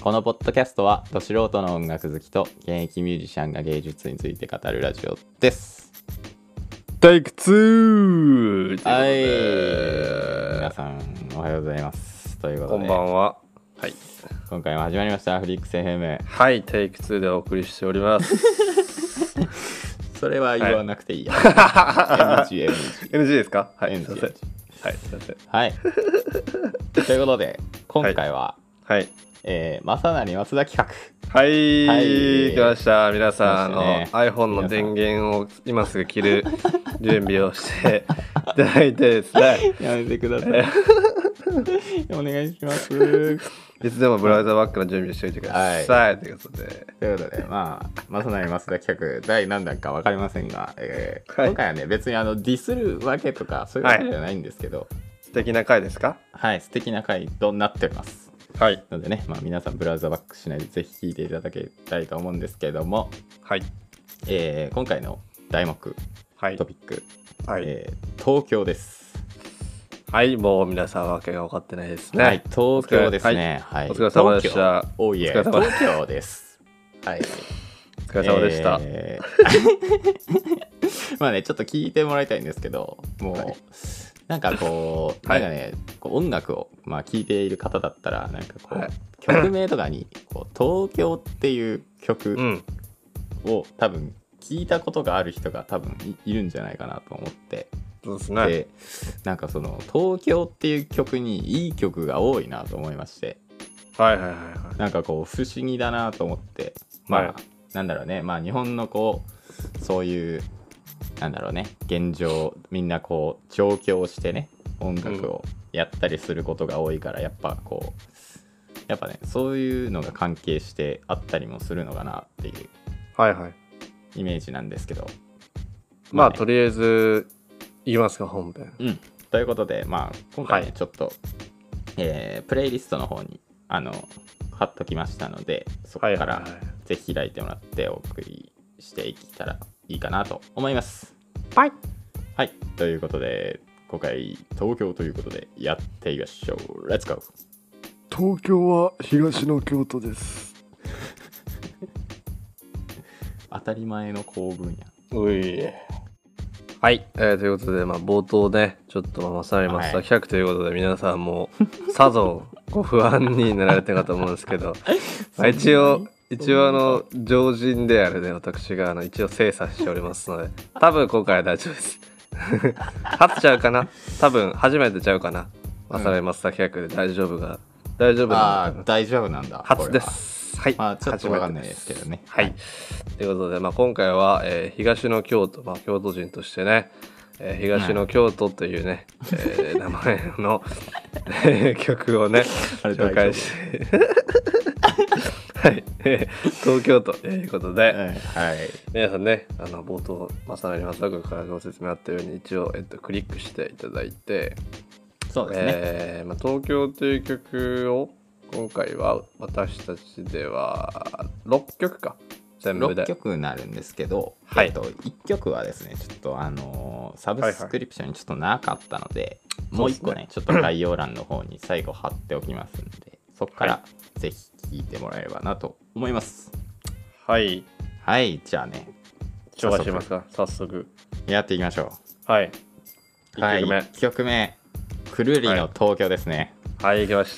このポッドキャストは、ど素人の音楽好きと現役ミュージシャンが芸術について語るラジオです。 テイク2。 はい。皆さん、おはようございます。ということで、 こんばんは。はい。 今回も始まりました、フリックス FM。 はい、テイク2でお送りしております。 それは言わなくていいや。NG。 NG ですか？はい、 NG すいません。はい、すいません。 はい。ということで、今回は、 はい。 正成増田企画。 はい、 はい来ました。皆さん、 ね、 iPhone の電源を今すぐ切る準備をしていただいてですね。 やめてください。お願いします。 いつでもブラウザバックの準備しておいてください。ということで。 ということで、正成増田企画第何弾か分かりませんが、 はい、 今回はね、別にディスるわけとかそういうわけではないんですけど、 素敵な回ですか？ はい、素敵な回となっております。 はい。 なのでね、皆さんブラウザバックしないでぜひ聞いていただきたいと思うんですけれども、 はい。 今回の題目、 はい、 トピック、 はい、 東京です。 はい、もう皆さんわけが分かってないですね。 はい、東京ですね。はい、 お疲れ様でした。 おいえ、東京です。はい。 お疲れ様でした。 まあね、ちょっと聞いてもらいたいんですけど、もう、はい、なんかこう、なんかね、こう音楽を聴いている方だったら、なんかこう、曲名とかにこう東京っていう曲を多分聞いたことがある人が多分 いるんじゃないかなと思って。 そうですね。 で、なんかその東京っていう曲にいい曲が多いなと思いまして、 はいはいはいはい。 なんかこう不思議だなと思って、なんだろうね、日本のこうそういうなんだろうね、現状みんなこう上京してね音楽をやったりすることが多いから、やっぱね、そういうのが関係してあったりもするのかなっていうイメージなんですけど、 とりあえず言いますか、本編。 ということで、今回ね、ちょっと、プレイリストの方に貼っときましたので、そこからぜひ開いてもらってお送りしていけたらいいかなと思います。はい。はい。ということで、今回東京ということでやってみましょう。レッツゴー。 東京は東の京都です。 当たり前の構文や。 うい。はい、ということで、冒頭ね、ちょっと正成増田企画ということで、皆さんもさぞご不安になられたかと思うんですけど、一応常人であるね、私が一応精査しておりますので、多分今回は大丈夫です。初ちゃうかな、多分初めてちゃうかな、正成増田企画で大丈夫なんだ。 大丈夫なんだ。 初です。はい。 ちょっとわかんないですけどね。 はい。ということで、今回は、東の京都、京都人としてね、東の京都というね、名前の曲をね、紹介して、はい、東京都ということで、 はい、 皆さんね、冒頭、正成増田君からご説明あったように、一応、クリックしていただいて、 そうですね。 東京という曲を、今回は私たちでは6曲か、全部で 6曲になるんですけど、1曲はですね、ちょっとサブスクリプションにちょっとなかったので、もう1個ね、ちょっと概要欄の方に最後貼っておきますんで、そこからぜひ聴いてもらえればなと思います。はい、じゃあね、 紹介しますか。早速やっていきましょう。はい、1 曲目、くるりの東京ですね。 はい、行きました。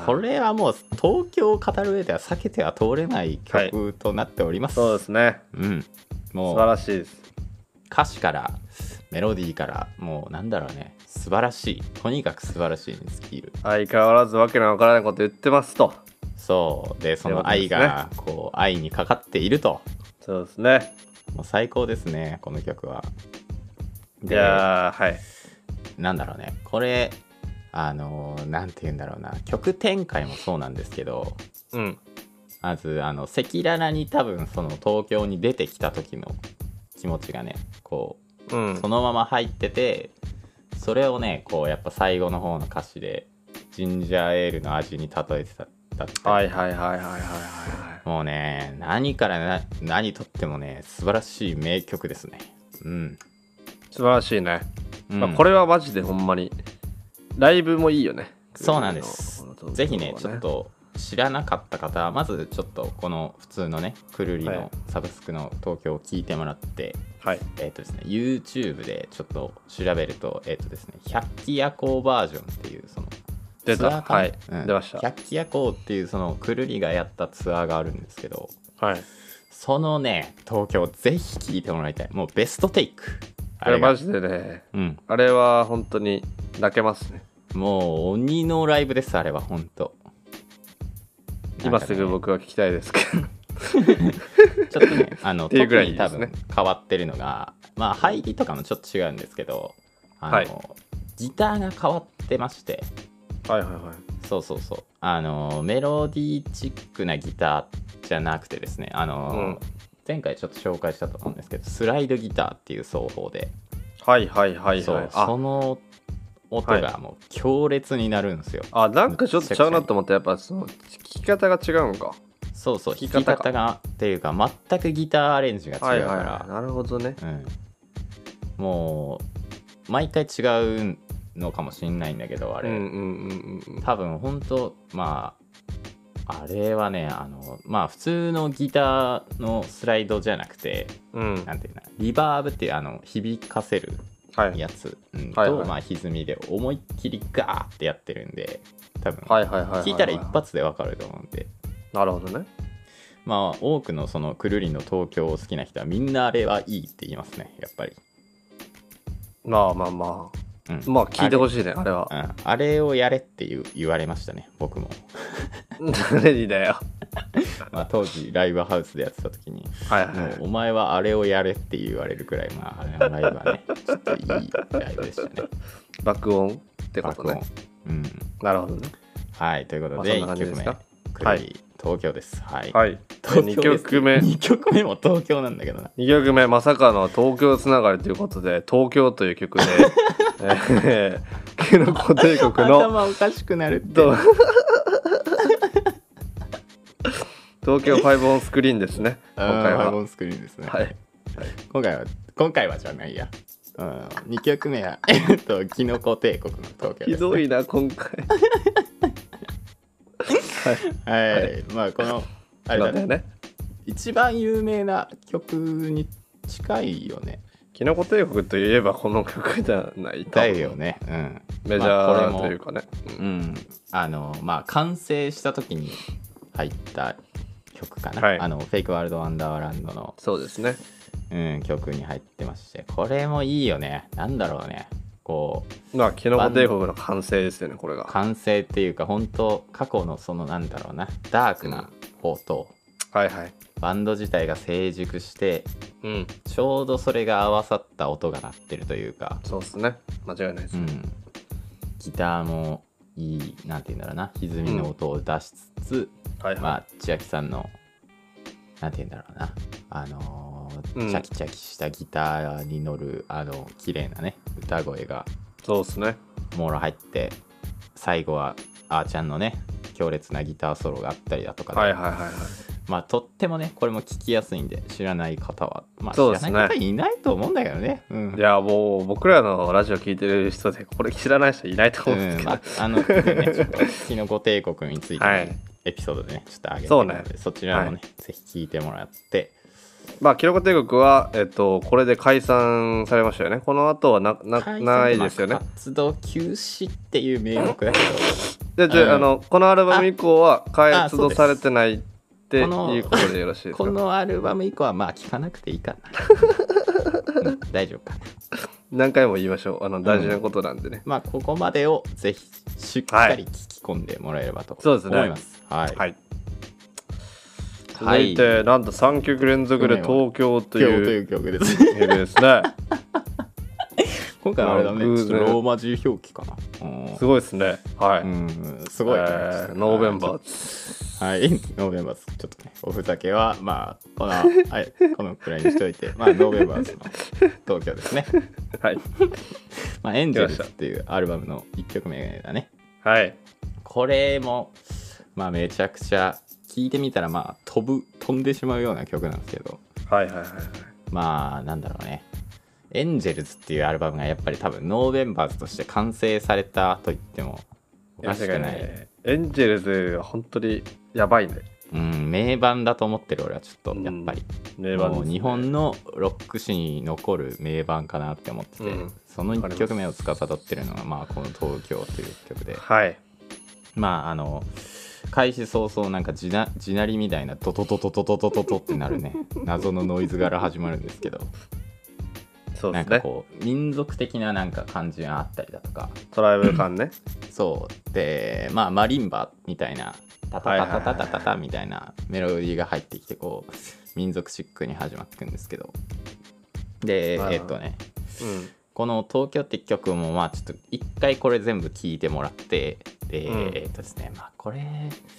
これはもう東京を語る上では避けては通れない曲となっております。 そうですね。もう素晴らしいです。 歌詞からメロディーからもうなんだろうね、素晴らしい、とにかく素晴らしいに尽きる。 相変わらずわけのわからないこと言ってますと。 そうで、その愛がこう愛にかかっていると。 そうですね。 もう最高ですね、この曲は。 いやー、はい。 なんだろうね、これなんて言うんだろうな、曲展開もそうなんですけど、まず赤裸々に多分その東京に出てきた時の気持ちがね、こう、そのまま入ってて、それをね、こうやっぱ最後の方の歌詞でジンジャーエールの味に例えてたはい。 もうね、何から何とってもね、素晴らしい名曲ですね。 素晴らしいね。これはマジでほんまにライブもいいよね。 そうなんです。ぜひね、ちょっと知らなかった方はまずちょっとこの普通のねくるりのサブスクの東京を聞いてもらって、 はい、 ですね YouTube でちょっと調べるとですね百鬼夜行バージョンっていうその出た、はい、出ました。 百鬼夜行っていうそのくるりがやったツアーがあるんですけど、 はい、 そのね東京ぜひ聞いてもらいたい。もうベストテイク。 あれマジでね、あれは本当に泣けますね。 もう鬼のライブです。あれは本当。 今すぐ僕は聞きたいですけどちょっとね特に多分変わってるのが、まあ入りとかもちょっと違うんですけど、 はい、 ギターが変わってまして、 はいはいはい、 そうメロディーチックなギターじゃなくてですね、前回ちょっと紹介したと思うんですけど、スライドギターっていう奏法で、 はいはいはいはい、 その音がもう強烈になるんですよ。 なんかちょっとちゃうなと思って、やっぱその聴き方が違うんか。 そう弾き方がっていうか全くギターアレンジが違うから、はいはい、 なるほどね、 もう毎回違うのかもしんないんだけど、あれ、多分本当まああれはねまあ普通のギターのスライドじゃなくて、なんていうのリバーブっていう響かせるやつ、と、まあ歪みで思いっきりガーってやってるんで、多分聞いたら一発でわかると思うんで。 なるほどね。 まあ多くのそのくるりの東京を好きな人はみんなあれはいいって言いますね、やっぱり。 まあ聞いてほしいね、あれは。 あれをやれって言われましたね、僕も。 誰にだよ。 まあ当時ライブハウスでやってた時に、もうお前はあれをやれって言われるくらい、まああれのライブはねちょっといいライブでしたね。 爆音ってことね。なるほどね。 はい、ということで1曲目くるり東京です。はい、 2曲目 2曲目も東京なんだけどな。 2曲目まさかの東京つながりということで、東京という曲でキノコ帝国の頭おかしくなるって東京5オンスクリーンですね。 今回は5オンスクリーンですね。今回はじゃないや。2曲目はキノコ帝国の東京です、ね。 ひどいな今回。 はい、まあこのあれだね、一番有名な曲に近いよね。 キノコ帝国といえばこの曲じゃないだよね。 メジャーというかね。 まあ完成した時に入った曲かな。フェイクワールドワンダーランドのそうですね。 曲に入ってまして、これもいいよね。なんだろうね。こうまあキノコ帝国の完成ですよね、これが。 完成っていうか本当過去のそのなんだろうなダークな方と、バンド自体が成熟して、ちょうどそれが合わさった音が鳴ってるというか。 そうですね、間違いないです、 ギターもいい、なんていうんだろうな、歪みの音を出しつつ、まあ千秋さんのなんていうんだろうな、チャキチャキしたギターに乗る綺麗なね歌声がそうですねもろ入って、最後はあーちゃんのね強烈なギターソロがあったりだとかで、まあとってもねこれも聴きやすいんで、知らない方はまあ知らない方いないと思うんだけどね。 いやもう僕らのラジオ聞いてる人でこれ知らない人いないと思うんですけど、 ちょっとキノコ帝国について、エピソードでねちょっと上げてるので、そちらもね、ぜひ聞いてもらって。 まあキノコ帝国はこれで解散されましたよね。この後はないですよね。 活動休止っていう名目だけどじゃあこのアルバム以降は活動されてないっていうことでよろしいですか。 このアルバム以降はまあ聞かなくていいかな、大丈夫かな。 何回も言いましょう、大事なことなんでね、 まあここまでをぜひしっかり聞き込んでもらえればと思います。 続いてなんと3曲連続で東京という曲ですね。今回はあれだね、ちょっとローマ字表記かな。 すごいですね。 すごい、 ノーベンバーズ。 ノーベンバーズ。ちょっとねおふざけはまあこのくらいにしといて、まあノーベンバーズの東京ですね。まあエンジェルスっていうアルバムの1曲目だね。これもまあめちゃくちゃ聴いてみたらまあ飛んでしまうような曲なんですけど、まあなんだろうね、エンジェルズっていうアルバムがやっぱり多分ノーベンバーズとして完成されたと言ってもおかしくないエンジェルズは本当にやばいね。 名盤だと思ってる俺はちょっとやっぱり、 名盤ですね、 もう日本のロック史に残る名盤かなって思ってて、その1曲目を司ってるのがまあこの東京という曲で、 はい、 まあ開始早々なんか地鳴りみたいなドドドドドドドドドってなるね謎のノイズから始まるんですけど、 そうですね、 なんかこう民族的ななんか感じがあったりだとか、 トライブ感ねそうで、まあマリンバみたいなタタタタタタタタみたいなメロディーが入ってきて、こう民族チックに始まっていくんですけど、でこの東京って曲もまあちょっと一回これ全部聞いてもらって、でですね、まあこれ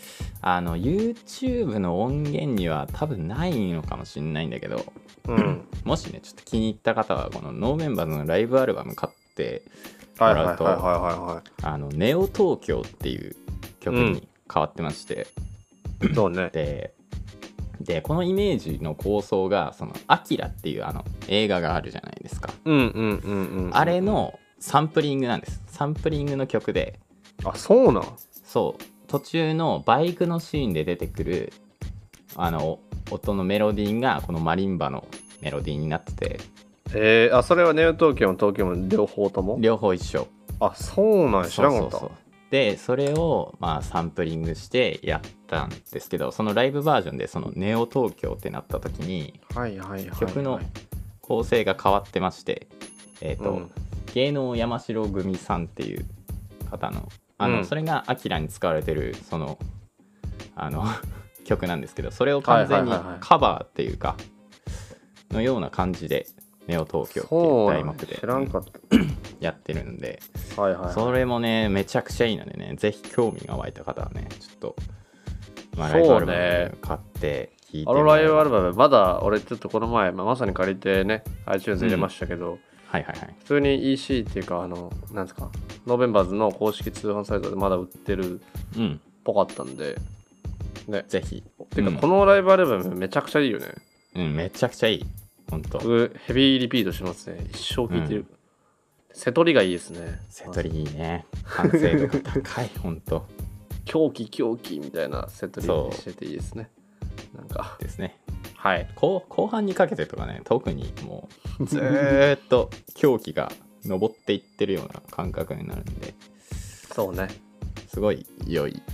YouTube の音源には多分ないのかもしれないんだけど、もしねちょっと気に入った方はこのノーメンバーズのライブアルバム買ってもらうとネオ東京っていう曲に変わってまして、 そうね、 でこのイメージの構想がそのアキラっていう映画があるじゃないですか、あれのサンプリングなんです。サンプリングの曲で、 あ、そうなん、 そう途中のバイクのシーンで出てくる音のメロディーがこのマリンバのメロディーになってて、 それはネオ東京も東京も両方とも両方一緒。 あ、そうなんや、知らんかった。 そうでそれをまあサンプリングしてやったんですけど、そのライブバージョンでそのネオ東京ってなった時に曲の構成が変わってまして、芸能山城組さんっていう方のそれがアキラに使われてるその曲なんですけど、それを完全にカバーっていうかのような感じでネオ東京っていう題目でやってるんで、それもねめちゃくちゃいいのでね、ぜひ興味が湧いた方はねちょっと、まあ、ライブアルバム買って聴いてもらえば。 ライブアルバムまだ俺ちょっとこの前、まさに借りてね iTunes 入れましたけど、普通に EC っていうかなんですか、ノーベンバーズの公式通販サイトでまだ売ってるっぽかったんで、ね、 ぜひ。 てか、このライブアルバムめちゃくちゃいいよね。 めちゃくちゃいい。本当。 ヘビーリピートしますね。一生聴いてる。瀬戸りがいいですね。 瀬戸りいいね。完成度が高い、本当。 狂気みたいな瀬戸りしてていいですね。なんか。 ですね。 はい。 後半にかけてとかね、特にもうずーっと狂気が上っていってるような感覚になるんで。 そうね。 すごい良い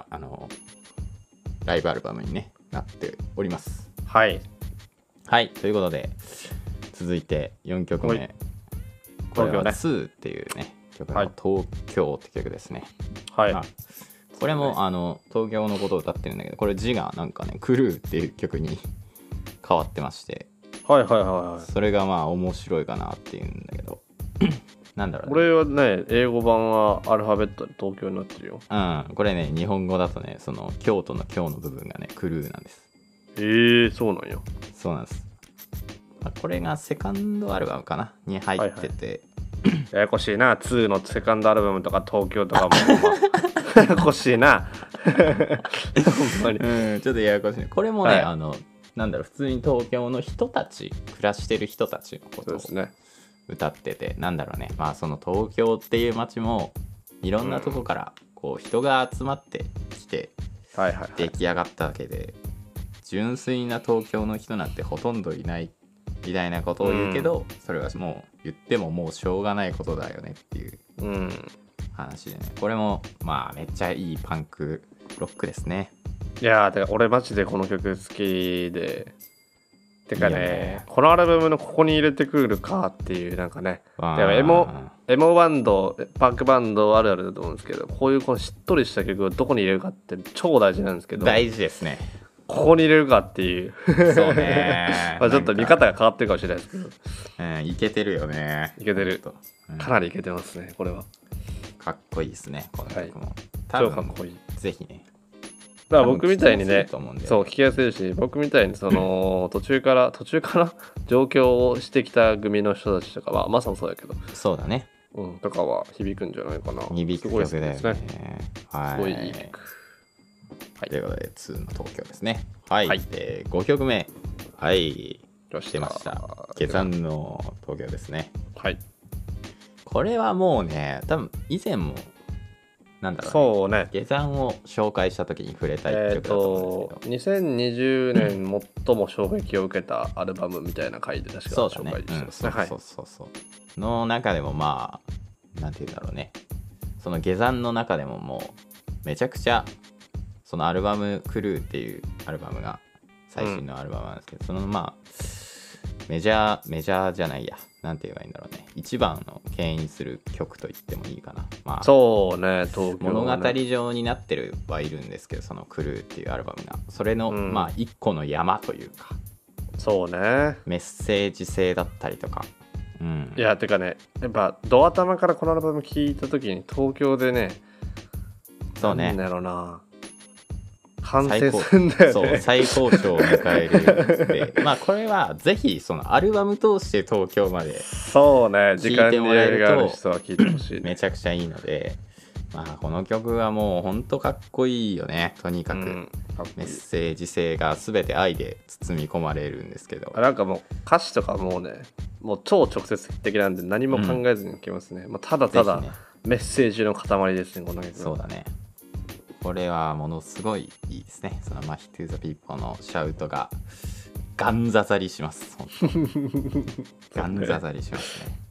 ライブアルバムに、ね、なっております。 はい。 はい、ということで続いて4曲目、これは2っていうね曲の東京って曲ですね。 はい。 これも東京のことを歌ってるんだけど、これ字がなんかねクルーっていう曲に変わってまして、それがまあ面白いかなっていうんだけどなんだろうね、 これはね英語版はアルファベットで東京になってるよ。 これね日本語だとねその京都の京の部分がねクルーなんです。 そうなんや。 そうなんです。これがセカンドアルバムかなに入ってて、 ややこしいな、2のセカンドアルバムとか東京とかもややこしいなほんまにちょっとややこしい。これもね、なんだろう、普通に東京の人たち、暮らしてる人たちのことを歌ってて、なんだろうね、まあその東京っていう街もいろんなとこからこう人が集まってきて出来上がったわけで、純粋な東京の人なんてほとんどいないみたいなことを言うけど、それはもう言ってももうしょうがないことだよねっていう話でね、これもまあめっちゃいいパンクロックですね。 いやー、俺マジでこの曲好きで、てかね、このアルバムのここに入れてくるかっていう、なんかね、エモバンド、パンクバンドあるあるだと思うんですけど、こういうこのしっとりした曲をどこに入れるかって超大事なんですけど、 大事ですね。 ここに入れるかっていうそうねまあちょっと見方が変わってるかもしれないですけど、 いけてるよね。 いけてる、かなりいけてますね。これはかっこいいですね、この曲も、 超かっこいい。 ぜひね、 だから僕みたいにね、そう聞きやすいし、僕みたいにその途中から上京をしてきた組の人たちとかは、まさもそうやけど、 そうだね、 とかは響くんじゃないかな。 響く曲だよね。 すごいいい曲。 ということで2の東京ですね。はい。5曲目、出ました。下山の東京ですね。 はい。 これはもうね、多分以前もなんだろう、 そうね、 下山を紹介した時に触れたい曲だと思うんですけど、 2020年最も衝撃を受けたアルバムみたいな回で確か紹介してますね。 そうの中でもまあなんて言うんだろうね、その下山の中でももうめちゃくちゃそのアルバムクルーっていうアルバムが最新のアルバムなんですけど、そのまあメジャーじゃないや、なんて言えばいいんだろうね、一番の牽引する曲と言ってもいいかな。まあそうね、東京ね、 物語上になってるはいるんですけど、そのクルーっていうアルバムがそれの、まあ一個の山というか、 そうね、 メッセージ性だったりとか、 いやてかね、やっぱドア頭からこのアルバム聴いた時に東京でね、 そうね、 なんだろうな、完成するんだよね。 そう、最高潮を迎えるやつでまあこれはぜひそのアルバム通して東京までそうね、時間に余裕がある人は聴いてほしい、ね、 めちゃくちゃいいので、まあこの曲はもうほんとかっこいいよね。とにかく、メッセージ性が全て愛で包み込まれるんですけど、 なんかもう歌詞とかもうね、もう超直接的なんで何も考えずに聴けますね、ただただメッセージの塊ですね、この曲は。 そうだね、これはものすごいいいですね。そのマヒトゥーザピーポーのシャウトがガン刺さりします。ガン刺さりしますね。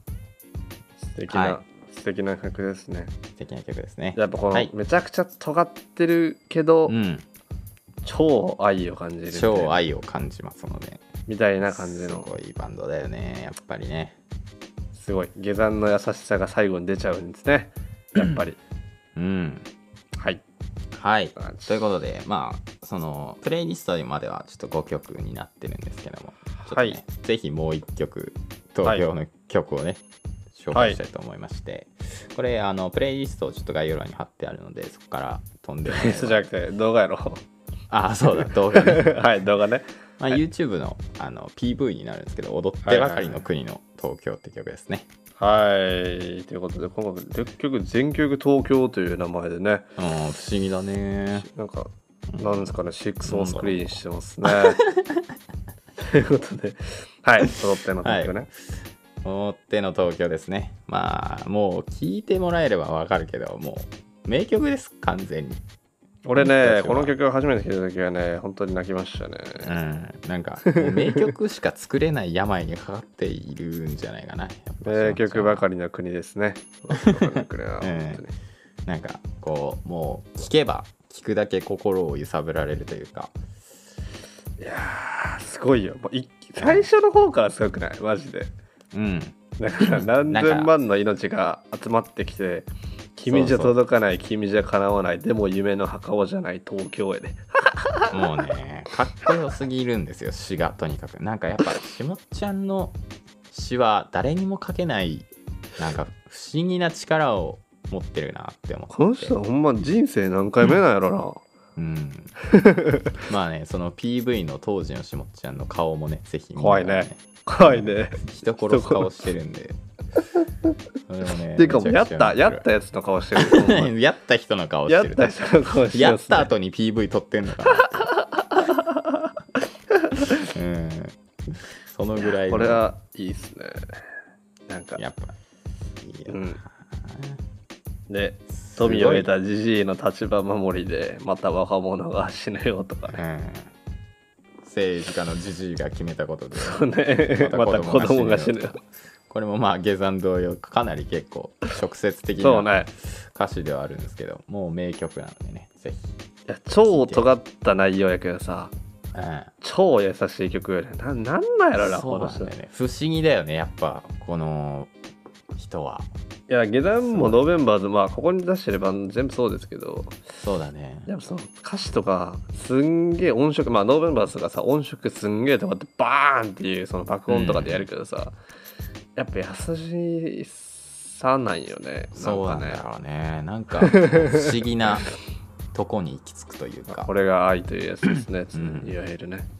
素敵な曲ですね。 素敵な曲ですね。 やっぱこの、めちゃくちゃ尖ってるけど、超愛を感じる、 超愛を感じますので、 みたいな感じのすごいバンドだよね、やっぱりね。 すごい下山の優しさが最後に出ちゃうんですね、やっぱり。 はい、ということで、まあそのプレイリストまではちょっと5曲になってるんですけども、ちょっとね、ぜひもう1曲東京の曲をね、紹介したいと思いまして、これプレイリストをちょっと概要欄に貼ってあるので、そこから飛んでじゃなくて動画やろ。 そうだ、動画ねはい動画ね、 まあ、YouTube のPV になるんですけど、踊ってばかりの国の東京って曲ですね。 はい、ということで今回結局全曲東京という名前でね、 不思議だね。 なんかなんですかね、6オンスクリーンしてますね。ということで、はい、踊っての東京ね、 踊っての東京ですね。まあもう聴いてもらえればわかるけど、もう名曲です、完全に。 俺ね、この曲を初めて聴いた時はね、本当に泣きましたね。 なんか名曲しか作れない病にかかっているんじゃないかな。 名曲ばかりの国ですね。 なんかこう、もう聴けば聴くだけ心を揺さぶられるというか。 いやーすごいよ。もう最初の方からすごくない？マジで。だから何千万の命が集まってきて、君じゃ届かない、君じゃ叶わない、でも夢の墓場じゃない東京へね。 もうね、かっこよすぎるんですよ、詩が。とにかくなんかやっぱしもっちゃんの詩は誰にも書けない、なんか不思議な力を持ってるなって思って。 この人はほんま人生何回目なんやろな。 まあね、その PV の当時のしもっちゃんの顔もね、ぜひ怖いね、怖いね、 人殺す顔してるんで。それもね、 ていうかもうやったやつの顔してる。 やった人の顔してる。やった後に PV 撮ってんのかな。そのぐらい。 これはいいっすね。なんかやっぱいいよな。 で、富を得たジジイの立場守りでまた若者が死ぬよとかね。 政治家のジジイが決めたことで、 また子供が死ぬよ。 これもまあ下山同様、かなり結構直接的な歌詞ではあるんですけど、もう名曲なのでね、ぜひ。 いや超尖った内容やけどさ、超優しい曲よね。なんなんやろな、この人。 不思議だよね、やっぱこの人は。 いや、下山もノーベンバーズ、まあここに出してるバンド全部そうですけど、 そうだね。 やっぱその歌詞とかすんげえ音色、まあノーベンバーズとかさ、音色すんげえとかってバーンっていうその爆音とかでやるけどさ、やっぱ優しさなんよね。 そうなんだろうね。なんか不思議なとこに行き着くというか。 これが愛というやつですね。いわゆるね。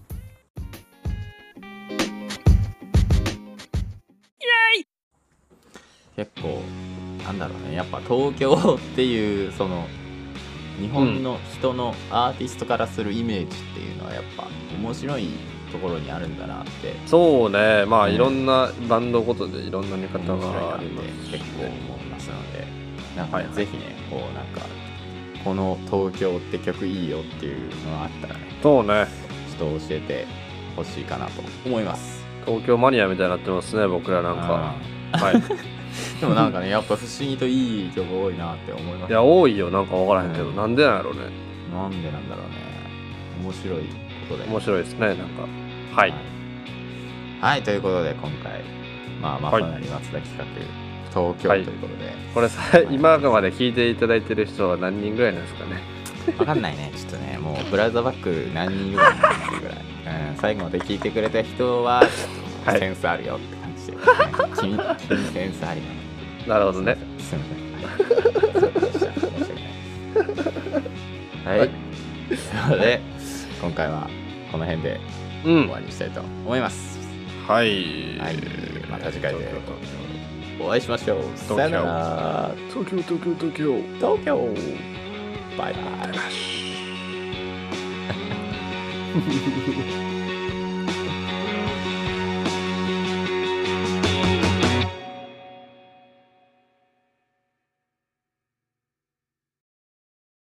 結構なんだろうね、やっぱ東京っていうその日本の人のアーティストからするイメージっていうのはやっぱ面白いところにあるんだなって。 そうね、まあいろんなバンドごとでいろんな見方があります結構思いますので、 なんか、ねぜひねこうなんかこの東京って曲いいよっていうのがあったらねそうね、 ちょっと教えてほしいかなと思います。 東京マニアみたいになってますね僕らなんか。はいでもなんかねやっぱ不思議といい曲多いなって思います、ね、 いや多いよ、なんか分からへんけど、なんでなんやろうね。 なんでなんだろうね。面白いことで面白いですね、なんか。はい、 はい、ということで今回まさなり松田企画東京ということで、 これ今まで聞いていただいてる人は何人ぐらいなんですかね。 わかんないね。ちょっとねもうブラウザバック何人ぐらいなっていうぐらい、最後まで聞いてくれた人はセンスあるよって感じで、君センスあるよ。 なるほどね。 すみません。はい。なので今回はこの辺で終わりにしたいと思います。 はい。 また次回でお会いしましょう。さよなら。 東京。 バイバイ。